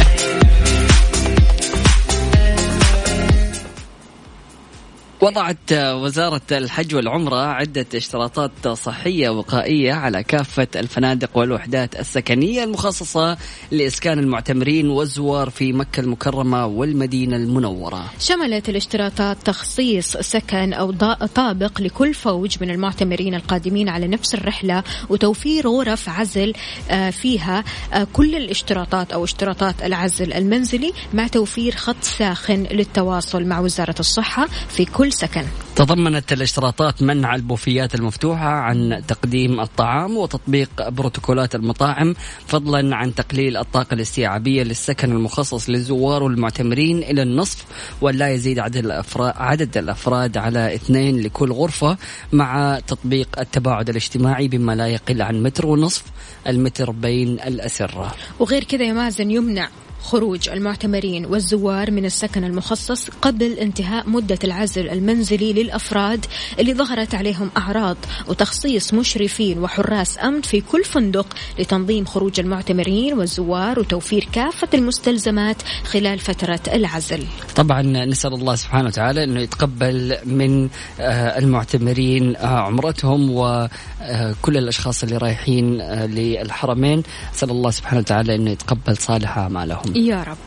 وضعت وزارة الحج والعمرة عدة اشتراطات صحية وقائية على كافة الفنادق والوحدات السكنية المخصصة لإسكان المعتمرين والزوار في مكة المكرمة والمدينة المنورة. شملت الاشتراطات تخصيص سكن أو طابق لكل فوج من المعتمرين القادمين على نفس الرحلة، وتوفير غرف عزل فيها كل الاشتراطات أو اشتراطات العزل المنزلي، مع توفير خط ساخن للتواصل مع وزارة الصحة في كل سكن. تضمنت الاشتراطات منع البوفيات المفتوحة عن تقديم الطعام، وتطبيق بروتوكولات المطاعم، فضلا عن تقليل الطاقة الاستيعابية للسكن المخصص للزوار والمعتمرين إلى النصف، ولا يزيد عدد الأفراد, عدد الأفراد على اثنين لكل غرفة، مع تطبيق التباعد الاجتماعي بما لا يقل عن متر ونصف المتر بين الأسرة. وغير كذا يا مازن يمنع خروج المعتمرين والزوار من السكن المخصص قبل انتهاء مدة العزل المنزلي للأفراد اللي ظهرت عليهم أعراض، وتخصيص مشرفين وحراس أمن في كل فندق لتنظيم خروج المعتمرين والزوار وتوفير كافة المستلزمات خلال فترة العزل. طبعا نسأل الله سبحانه وتعالى أنه يتقبل من المعتمرين عمرتهم وكل الأشخاص اللي رايحين للحرمين. نسأل الله سبحانه وتعالى أنه يتقبل صالح أعمالهم يا رب.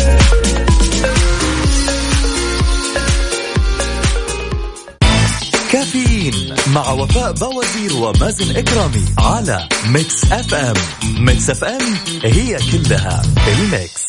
كافيين مع وفاء بوازير ومازن إكرامي على ميكس اف ام. ميكس اف ام هي كلها الميكس.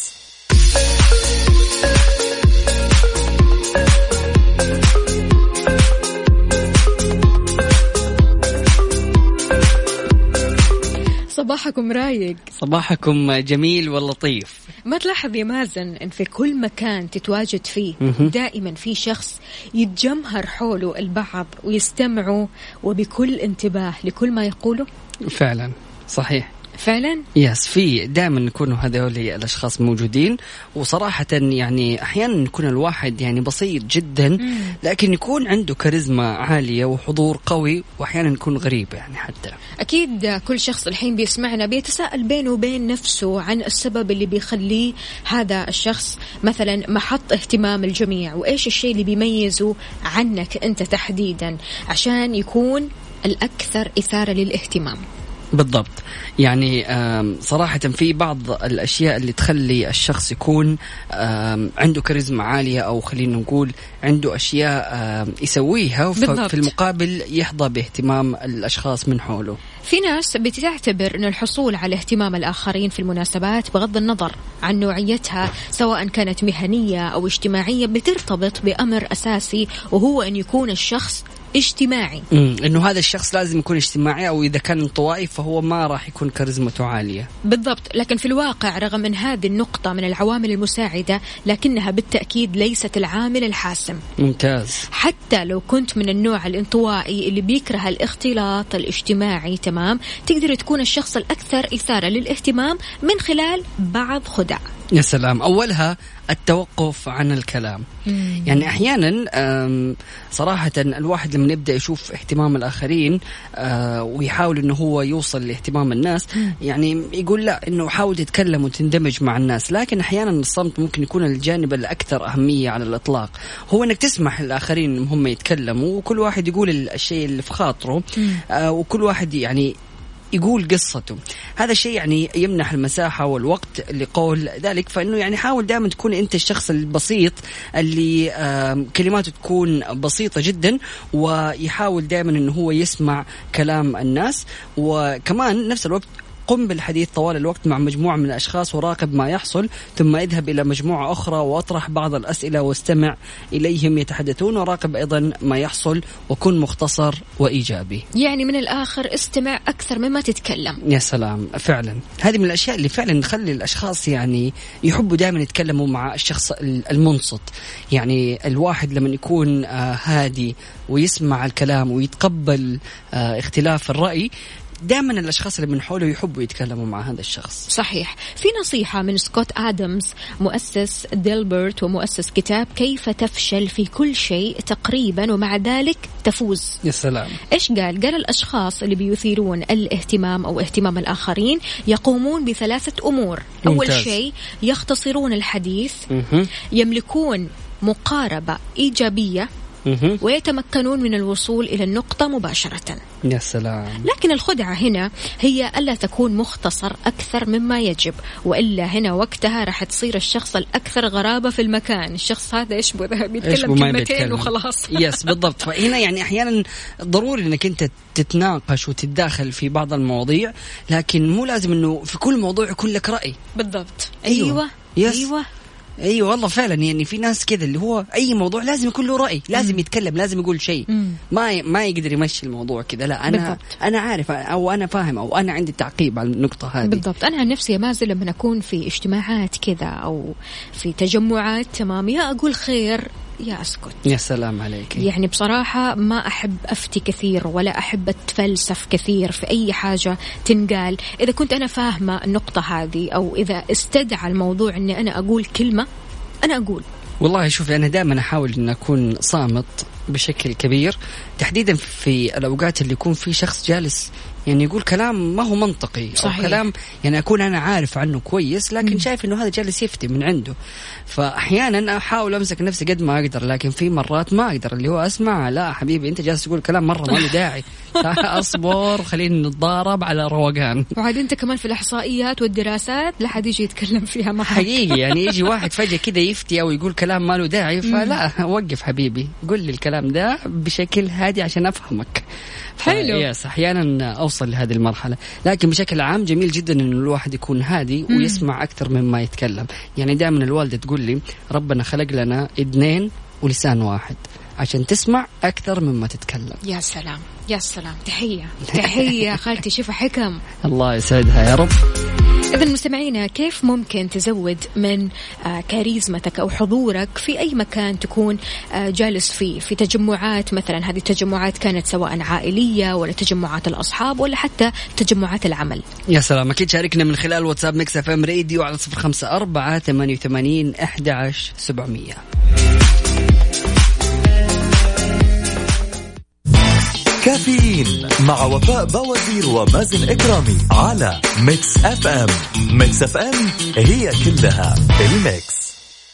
صباحكم رايق، صباحكم جميل واللطيف. ما تلاحظ يا مازن ان في كل مكان تتواجد فيه دائما في شخص يتجمهر حوله البعض ويستمعوا وبكل انتباه لكل ما يقوله؟ فعلا صحيح فعلا يس في دائما يكونوا هذول الاشخاص موجودين. وصراحه يعني احيانا يكون الواحد يعني بسيط جدا مم. لكن يكون عنده كاريزما عاليه وحضور قوي، واحيانا يكون غريب يعني. حتى اكيد كل شخص الحين بيسمعنا بيتساءل بينه وبين نفسه عن السبب اللي بيخليه هذا الشخص مثلا محط اهتمام الجميع، وايش الشيء اللي بيميزه عنك انت تحديدا عشان يكون الاكثر اثاره للاهتمام. بالضبط. يعني صراحة في بعض الأشياء اللي تخلي الشخص يكون عنده كاريزما عالية، أو خلينا نقول عنده أشياء يسويها في المقابل يحظى باهتمام الأشخاص من حوله. في ناس بتعتبر أن الحصول على اهتمام الآخرين في المناسبات بغض النظر عن نوعيتها سواء كانت مهنية أو اجتماعية بترتبط بأمر أساسي، وهو أن يكون الشخص اجتماعي. امم انه هذا الشخص لازم يكون اجتماعي، او اذا كان انطوائي فهو ما راح يكون كاريزمته عاليه. بالضبط. لكن في الواقع رغم ان هذه النقطه من العوامل المساعده، لكنها بالتاكيد ليست العامل الحاسم. ممتاز. حتى لو كنت من النوع الانطوائي اللي بيكره الاختلاط الاجتماعي، تمام، تقدر تكون الشخص الاكثر اثاره للاهتمام من خلال بعض خدع. يا سلام. أولها التوقف عن الكلام. مم. يعني أحيانا صراحة الواحد لما يبدأ يشوف اهتمام الآخرين ويحاول أنه هو يوصل لاهتمام الناس، مم. يعني يقول لا، أنه حاول تتكلم وتندمج مع الناس. لكن أحيانا الصمت ممكن يكون الجانب الأكثر أهمية على الإطلاق، هو أنك تسمح للآخرين أنهم هم يتكلموا، وكل واحد يقول الشيء اللي في خاطره، وكل واحد يعني يقول قصته. هذا الشيء يعني يمنح المساحة والوقت لقول ذلك. فإنه يعني حاول دائما تكون أنت الشخص البسيط اللي كلماته تكون بسيطة جدا، ويحاول دائما أنه هو يسمع كلام الناس. وكمان نفس الوقت قم بالحديث طوال الوقت مع مجموعة من الأشخاص وراقب ما يحصل، ثم اذهب إلى مجموعة أخرى واطرح بعض الأسئلة واستمع إليهم يتحدثون، وراقب أيضا ما يحصل، وكن مختصر وإيجابي. يعني من الآخر استمع أكثر مما تتكلم. يا سلام. فعلا هذه من الأشياء اللي فعلا نخلي الأشخاص يعني يحبوا دائما يتكلموا مع الشخص المنصت. يعني الواحد لما يكون هادي ويسمع الكلام ويتقبل اختلاف الرأي، دائما الأشخاص اللي من حوله يحبوا يتكلموا مع هذا الشخص. صحيح. في نصيحة من سكوت آدمز مؤسس ديلبرت ومؤسس كتاب كيف تفشل في كل شيء تقريبا ومع ذلك تفوز. يا سلام. إيش قال؟ قال الأشخاص اللي بيثيرون الاهتمام أو اهتمام الآخرين يقومون بثلاثة أمور. أول شيء يختصرون الحديث، م- يملكون مقاربة إيجابية، ويتمكنون من الوصول إلى النقطة مباشرة. يا سلام. لكن الخدعة هنا هي ألا تكون مختصر أكثر مما يجب، وإلا هنا وقتها راح تصير الشخص الأكثر غرابة في المكان. الشخص هذا إيش بده بيتكلم كلمتين وخلاص. يس بالضبط. فهنا يعني أحيانا ضروري أنك أنت تتناقش وتتداخل في بعض المواضيع، لكن مو لازم أنه في كل موضوع يكون لك رأي. بالضبط. أيوة. أيوة. يس. أيوة. ايوه والله فعلا. يعني في ناس كذا اللي هو اي موضوع لازم يكون له راي، لازم يتكلم، لازم يقول شيء، ما ما يقدر يمشي الموضوع كذا. لا انا بالضبط. انا عارف او انا فاهم او انا عندي تعقيب على النقطه هذه. بالضبط. انا عن نفسي يا مازن لما اكون في اجتماعات كذا او في تجمعات، تمام، يا اقول خير يا أسكت. يا سلام عليك. يعني بصراحة ما أحب أفتي كثير ولا أحب أتفلسف كثير في أي حاجة تنقال. إذا كنت أنا فاهمة النقطة هذه أو إذا استدعى الموضوع أني أنا أقول كلمة أنا أقول. والله شوفي أنا دائما أحاول أن أكون صامت بشكل كبير، تحديدا في الأوقات اللي يكون في شخص جالس يعني يقول كلام ما هو منطقي أو صحيح. كلام يعني أكون أنا عارف عنه كويس لكن م. شايف إنه هذا جالس يفتي من عنده، فأحيانا أحاول أمسك نفسي قد ما أقدر، لكن في مرات ما أقدر اللي هو أسمع لا حبيبي أنت جالس تقول كلام مرة ما له داعي، أصبر خلينا نتضارب على روقان. وعاد أنت كمان في الإحصائيات والدراسات لا حد يجي يتكلم فيها معك حقيقي، يعني يجي واحد فجأة كذا يفتي أو يقول كلام ما له داعي، فلا وقف حبيبي قل لي الكلام ده بشكل هادي عشان أفهمك. حلو. يس أحيانا أوصل لهذه المرحلة، لكن بشكل عام جميل جدا إنه الواحد يكون هادي مم. ويسمع أكثر مما يتكلم. يعني دائما الوالدة تقول لي ربنا خلق لنا اثنين ولسان واحد عشان تسمع أكثر مما تتكلم. يا سلام يا سلام، تحية تحية خالتي شفا حكم. الله يسعدها يا رب. إذن مستمعينا، كيف ممكن تزود من كاريزمتك أو حضورك في أي مكان تكون جالس فيه، في تجمعات مثلا، هذه التجمعات كانت سواء عائلية ولا تجمعات الأصحاب ولا حتى تجمعات العمل؟ يا سلام، أكيد شاركنا من خلال واتساب ميكس اف ام راديو على صفر خمسة أربعة ثمانية وثمانين أحد عشر سبعمية. كافيين مع وفاء بوازير ومازن إكرامي على ميكس اف ام. ميكس اف ام هي كلها الميكس.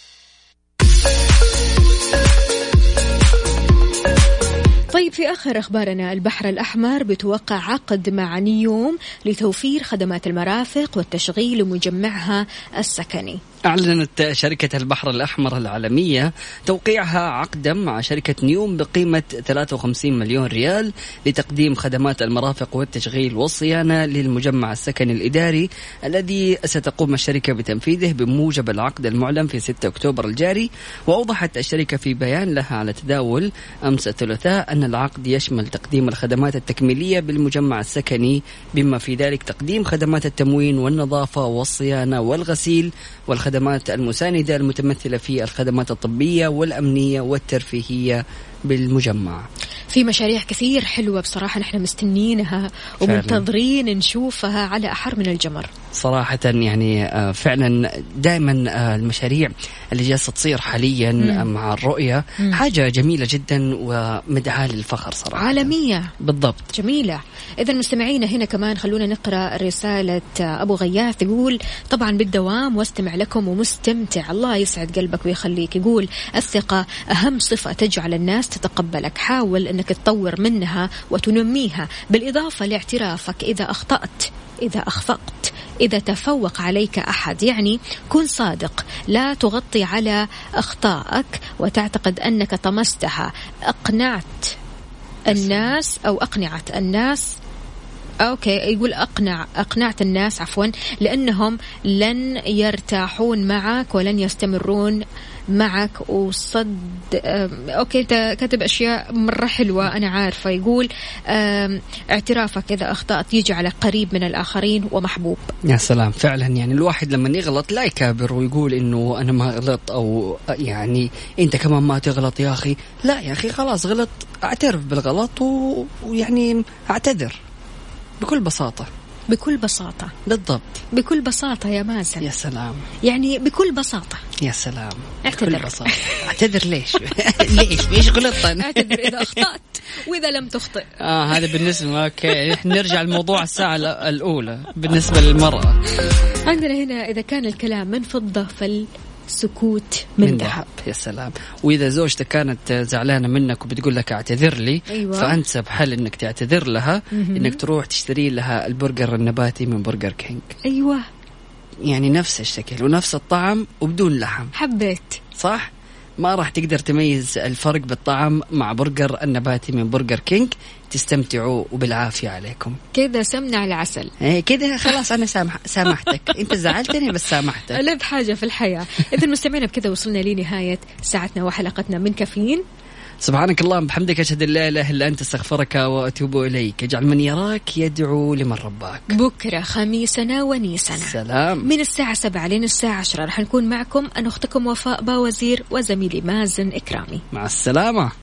طيب في آخر أخبارنا، البحر الأحمر بتوقع عقد مع نيوم لتوفير خدمات المرافق والتشغيل لمجمعها السكني. أعلنت شركة البحر الأحمر العالمية توقيعها عقدا مع شركة نيوم بقيمة ثلاثة وخمسين مليون ريال لتقديم خدمات المرافق والتشغيل والصيانة للمجمع السكني الإداري الذي ستقوم الشركة بتنفيذه بموجب العقد المعلن في ستة أكتوبر الجاري. وأوضحت الشركة في بيان لها على تداول أمس الثلاثاء أن العقد يشمل تقديم الخدمات التكميلية بالمجمع السكني بما في ذلك تقديم خدمات التموين والنظافة والصيانة والغسيل والخدمات الخدمات المساندة المتمثلة في الخدمات الطبية والأمنية والترفيهية بالمجمع. في مشاريع كثير حلوة بصراحة نحن مستنيينها ومنتظرين نشوفها على أحر من الجمر صراحة. يعني فعلا دائما المشاريع اللي جالسة تصير حاليا مم. مع الرؤية مم. حاجة جميلة جدا ومدعاة للفخر صراحة، عالمية بالضبط، جميلة. إذا مستمعينا هنا كمان خلونا نقرأ رسالة أبو غياث، يقول طبعا بالدوام واستمع لكم ومستمتع. الله يسعد قلبك ويخليك. يقول الثقة أهم صفة تجعل الناس تتقبلك، حاول أنك تطور منها وتنميها، بالإضافة لاعترافك إذا أخطأت، إذا أخفقت، إذا تفوق عليك أحد. يعني كن صادق، لا تغطي على أخطائك وتعتقد أنك طمستها. أقنعت الناس أو أقنعت الناس أوكي يقول أقنع أقنعت الناس عفوا لأنهم لن يرتاحون معك ولن يستمرون معك. وصد أوكي أنت كاتب أشياء مرة حلوة أنا عارفة. يقول اعترافك إذا أخطأت يجعلك قريب من الآخرين ومحبوب. يا سلام، فعلا يعني الواحد لما يغلط لا يكابر ويقول إنه أنا ما غلط أو يعني أنت كمان ما تغلط يا أخي. لا يا أخي خلاص غلط، أعترف بالغلط ويعني أعتذر بكل بساطة. بكل بساطة بالضبط، بكل بساطة يا مازن. يا سلام، يعني بكل بساطة. يا سلام، اعتذر. بكل بساطة. اعتذر ليش؟ ليش؟ ليش غلطت؟ اعتذر إذا أخطأت وإذا لم تخطئ. آه هذا بالنسبة أوكي. نرجع لموضوع الساعة الأولى بالنسبة للمرأة. عندنا هنا إذا كان الكلام من فضة فال سكوت من, من ذهب. يا سلام. وإذا زوجتك كانت زعلانة منك وبتقول لك اعتذر لي، أيوة. فأنسب حل إنك تعتذر لها م-م. إنك تروح تشتري لها البرجر النباتي من برجر كينج. أيوة، يعني نفس الشكل ونفس الطعم وبدون لحم. حبيت صح؟ ما راح تقدر تميز الفرق بالطعم مع برجر النباتي من برجر كينج. تستمتعوا وبالعافية عليكم. كذا سمنة على عسل. ايه كذا خلاص أنا سامح سامحتك. أنت زعلتني بس سامحتك. ألذ حاجة في الحياة. إذا مستمعين بكذا وصلنا لنهاية ساعتنا وحلقتنا من كافيين. سبحانك اللهم بحمدك أشهد أن لا إله إلا أنت استغفرك وأتوب إليك. اجعل من يراك يدعو لمن رباك. بكرة خميسنا ونيسنا سلام. من الساعة سبعة لين الساعة عشرة رح نكون معكم أنا أختكم وفاء باوزير وزميلي مازن إكرامي. مع السلامة.